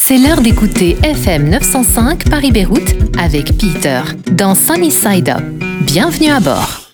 C'est l'heure d'écouter FM 905 Paris-Beyrouth avec Peter dans Sunny Side Up. Bienvenue à bord.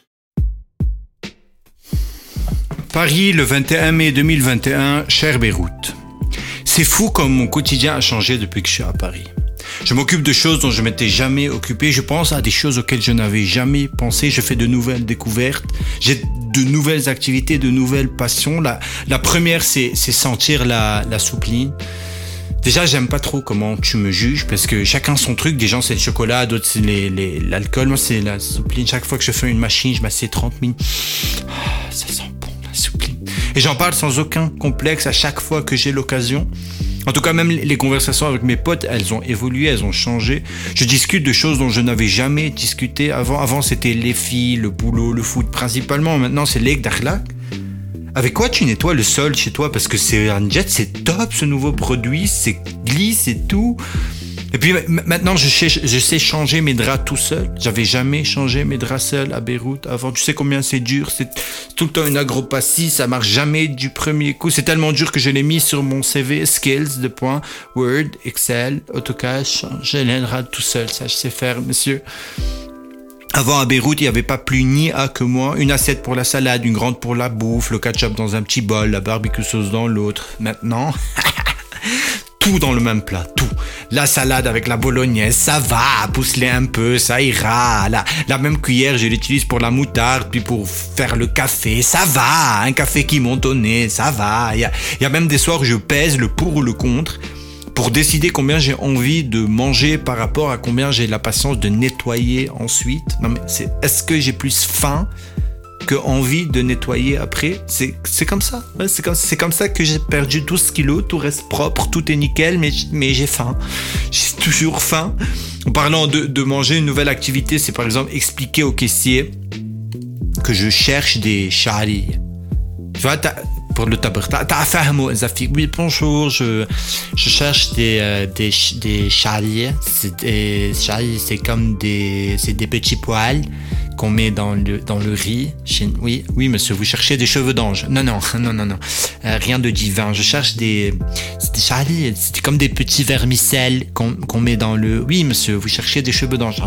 Paris, le 21 mai 2021, cher Beyrouth. C'est fou comme mon quotidien a changé depuis que je suis à Paris. Je m'occupe de choses dont je m'étais jamais occupé. Je pense à des choses auxquelles je n'avais jamais pensé. Je fais de nouvelles découvertes. J'ai de nouvelles activités, de nouvelles passions. La première, c'est sentir la soupline. Déjà, j'aime pas trop comment tu me juges parce que chacun son truc. Des gens, c'est le chocolat, d'autres, c'est l'alcool. Moi, c'est la soupline. Chaque fois que je fais une machine, je m'assieds 30 minutes. Ça sent bon, la soupline. Et j'en parle sans aucun complexe à chaque fois que j'ai l'occasion. En tout cas, même les conversations avec mes potes, elles ont évolué, elles ont changé. Je discute de choses dont je n'avais jamais discuté avant. Avant, c'était les filles, le boulot, le foot principalement. Maintenant, c'est l'Ek d'Akhlaq. Avec quoi tu nettoies le sol chez toi? Parce que c'est un jet, c'est top ce nouveau produit, c'est glisse et tout. Et puis maintenant, je sais changer mes draps tout seul. J'avais jamais changé mes draps seul à Beyrouth avant. Tu sais combien c'est dur? C'est tout le temps une agropassie, ça marche jamais du premier coup. C'est tellement dur que je l'ai mis sur mon CV, skills, Word, Excel, AutoCAD, changer les draps tout seul. Ça, je sais faire, monsieur. Avant, à Beyrouth, il n'y avait pas plus niais que moi. Une assiette pour la salade, une grande pour la bouffe, le ketchup dans un petit bol, la barbecue sauce dans l'autre. Maintenant, tout dans le même plat, tout. La salade avec la bolognaise, ça va, pousse-les un peu, ça ira. La même cuillère, je l'utilise pour la moutarde, puis pour faire le café, ça va. Un café qui monte au nez, ça va. Il y a même des soirs où je pèse le pour ou le contre pour décider combien j'ai envie de manger par rapport à combien j'ai la patience de nettoyer ensuite. Non mais est-ce que j'ai plus faim que envie de nettoyer après? C'est comme ça. Ouais, c'est comme ça que j'ai perdu 12 kilos, tout reste propre, tout est nickel, mais j'ai faim. J'ai toujours faim. En parlant de manger, une nouvelle activité, c'est par exemple expliquer au caissier que je cherche des charilles. Tu vois, pour le tabac. Oui, bonjour, je cherche des charilles. C'est comme des petits poils qu'on met dans le riz. Oui, monsieur, vous cherchez des cheveux d'ange. Non. Rien de divin. Je cherche des charilles. C'est comme des petits vermicelles qu'on met dans le... Oui, monsieur, vous cherchez des cheveux d'ange.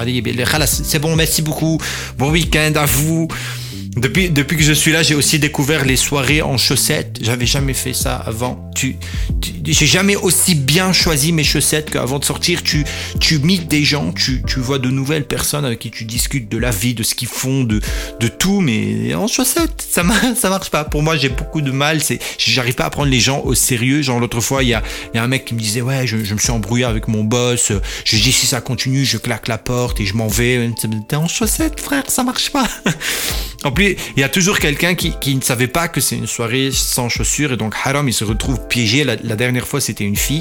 C'est bon, merci beaucoup. Bon week-end à vous. Depuis que je suis là, j'ai aussi découvert les soirées en chaussettes. J'avais jamais fait ça avant. J'ai jamais aussi bien choisi mes chaussettes qu'avant de sortir. Tu meets des gens, tu vois de nouvelles personnes avec qui tu discutes de la vie, de ce qu'ils font, de tout, mais en chaussettes, ça marche pas. Pour moi, j'ai beaucoup de mal. J'arrive pas à prendre les gens au sérieux. Genre l'autre fois, il y a un mec qui me disait ouais, je me suis embrouillé avec mon boss. Je dis si ça continue, je claque la porte et je m'en vais. T'es en chaussettes, frère, ça marche pas. En plus, il y a toujours quelqu'un qui ne savait pas que c'est une soirée sans chaussures et donc haram, il se retrouve piégé. La dernière fois, c'était une fille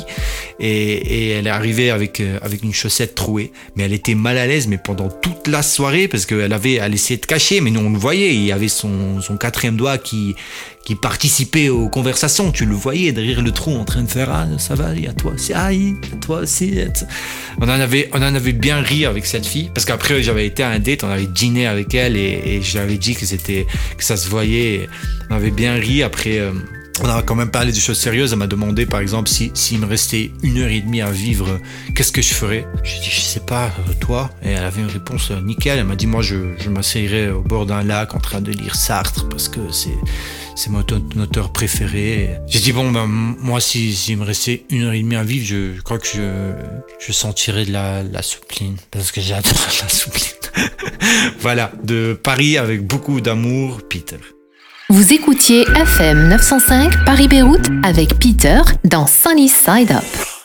et elle est arrivée avec une chaussette trouée, mais elle était mal à l'aise mais pendant toute la soirée parce qu'elle essayait de cacher, mais nous on le voyait, il y avait son quatrième doigt qui participait aux conversations, tu le voyais derrière le trou en train de faire ça va, et à toi aussi, toi aussi. On en avait bien ri avec cette fille parce qu'après j'avais été à un date, on avait dîné avec elle et je lui avais dit que ça se voyait, on avait bien ri. Après on a quand même parlé de choses sérieuses. Elle m'a demandé par exemple s'il me restait 1h30 à vivre, qu'est-ce que je ferais? J'ai dit je sais pas, toi? Et elle avait une réponse nickel. Elle m'a dit moi je m'asseyerais au bord d'un lac en train de lire Sartre parce que c'est mon auteur préféré. J'ai dit bon moi s'il me restait 1h30 à vivre, je crois que je sentirais de la soupline parce que j'adore la soupline. Voilà, de Paris avec beaucoup d'amour, Peter. Vous écoutiez FM 905 Paris-Beyrouth avec Peter dans Sunny Side Up.